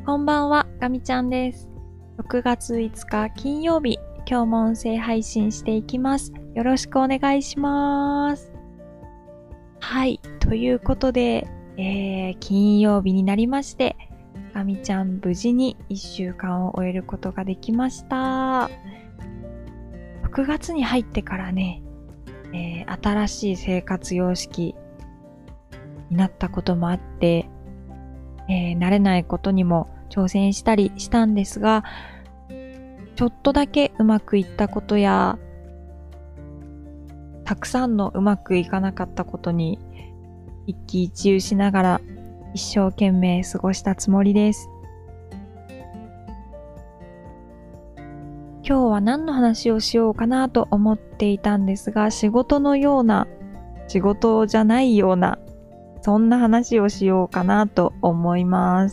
こんばんは、ガミちゃんです。6月5日金曜日、今日も音声配信していきます。よろしくお願いします。はい、ということで、金曜日になりまして、ガミちゃん無事に1週間を終えることができました。6月に入ってからね、新しい生活様式になったこともあって、慣れないことにも挑戦したりしたんですが、ちょっとだけうまくいったことや、たくさんのうまくいかなかったことに一喜一憂しながら一生懸命過ごしたつもりです。今日は何の話をしようかなと思っていたんですが、仕事のような、仕事じゃないような、そんな話をしようかなと思います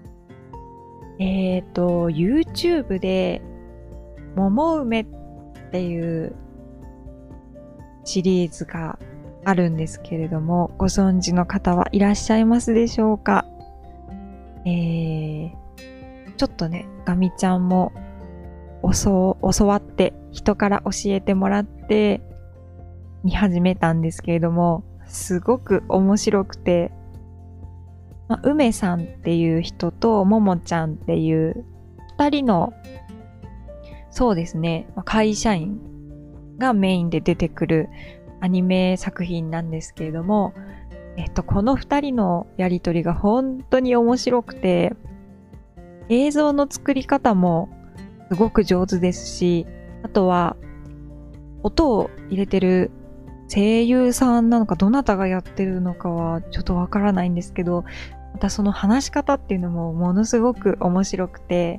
。YouTube で、桃梅っていうシリーズがあるんですけれども、ご存知の方はいらっしゃいますでしょうか？ちょっとね、ガミちゃんも教わって、人から教えてもらって見始めたんですけれども、すごく面白くて、梅さんっていう人とももちゃんっていう二人の、そうですね、会社員がメインで出てくるアニメ作品なんですけれども、この二人のやりとりが本当に面白くて、映像の作り方もすごく上手ですし、あとは音を入れてる声優さんなのかどなたがやってるのかはちょっとわからないんですけど、またその話し方っていうのもものすごく面白くて、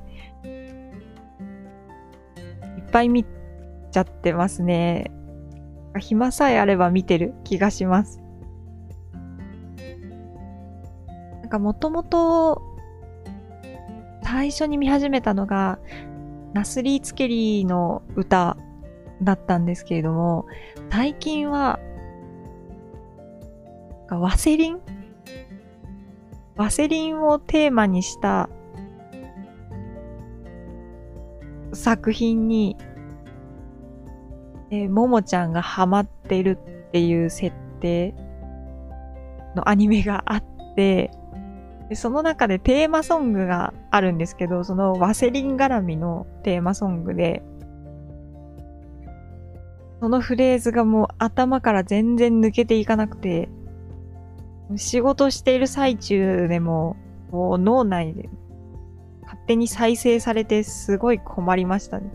いっぱい見ちゃってますね。暇さえあれば見てる気がします。なんかもともと最初に見始めたのがナスリー・ツケリーの歌だったんですけれども、最近はワセリンをテーマにした作品に、ももちゃんがハマってるっていう設定のアニメがあって、でその中でテーマソングがあるんですけど、そのワセリン絡みのテーマソングで、そのフレーズがもう頭から全然抜けていかなくて、仕事している最中でも、こう脳内で勝手に再生されてすごい困りましたね。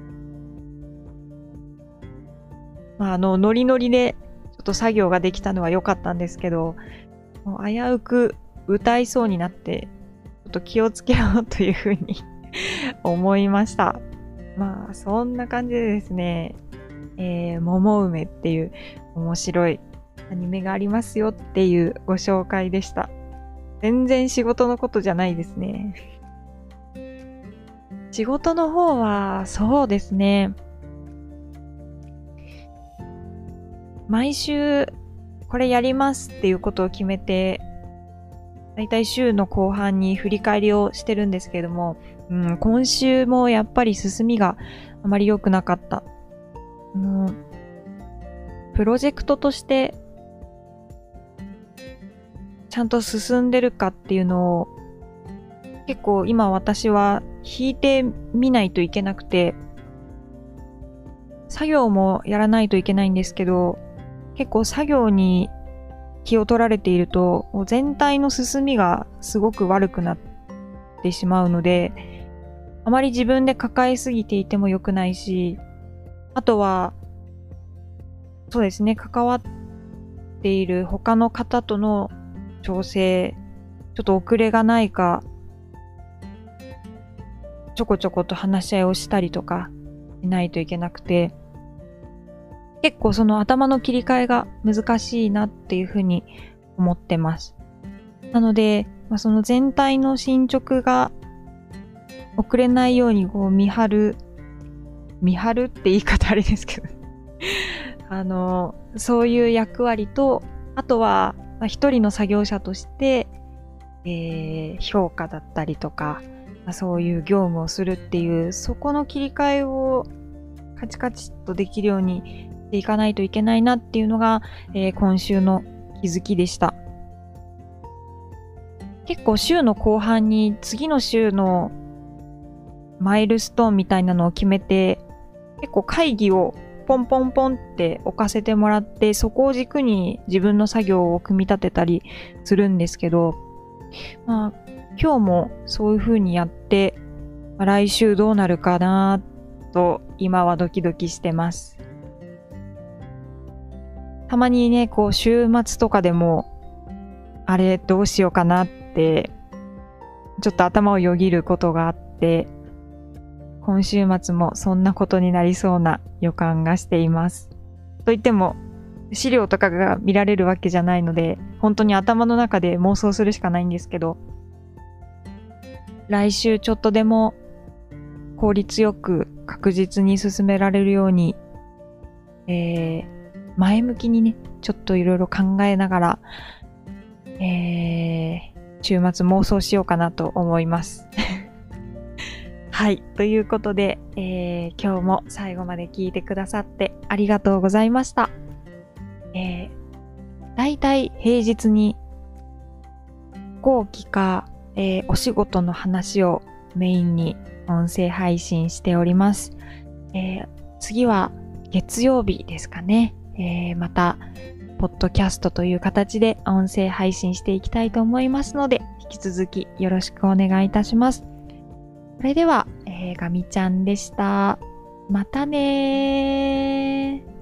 ノリノリでちょっと作業ができたのは良かったんですけど、もう危うく歌いそうになって、ちょっと気をつけようというふうに思いました。そんな感じでですね、桃梅っていう面白いアニメがありますよっていうご紹介でした。全然仕事のことじゃないですね。仕事の方は、そうですね。毎週これやりますっていうことを決めて、だいたい週の後半に振り返りをしてるんですけれども、今週もやっぱり進みがあまり良くなかった。プロジェクトとしてちゃんと進んでるかっていうのを結構今私は引いてみないといけなくて、作業もやらないといけないんですけど、結構作業に気を取られていると全体の進みがすごく悪くなってしまうので、あまり自分で抱えすぎていても良くないし、あとはそうですね、関わっている他の方との調整、ちょっと遅れがないか、ちょこちょこと話し合いをしたりとかしないといけなくて、結構その頭の切り替えが難しいなっていうふうに思ってます。なので、その全体の進捗が遅れないようにこう見張るって言い方あれですけどそういう役割と、あとは一人の作業者として、評価だったりとか、 そういう業務をするっていう、そこの切り替えをカチカチっとできるようにしていかないといけないなっていうのが、今週の気づきでした。結構週の後半に次の週のマイルストーンみたいなのを決めて、結構会議をポンポンポンって置かせてもらって、そこを軸に自分の作業を組み立てたりするんですけど、今日もそういう風にやって、来週どうなるかなと今はドキドキしてます。たまにね、週末とかでも、あれどうしようかなって、ちょっと頭をよぎることがあって、今週末もそんなことになりそうな予感がしています。といっても、資料とかが見られるわけじゃないので、本当に頭の中で妄想するしかないんですけど、来週ちょっとでも効率よく確実に進められるように、前向きにね、ちょっといろいろ考えながら、週末妄想しようかなと思います。はい。ということで、今日も最後まで聞いてくださってありがとうございました。だいたい平日に後期か、お仕事の話をメインに音声配信しております。次は月曜日ですかね。また、ポッドキャストという形で音声配信していきたいと思いますので、引き続きよろしくお願いいたします。それでは、ガミちゃんでした。またねー。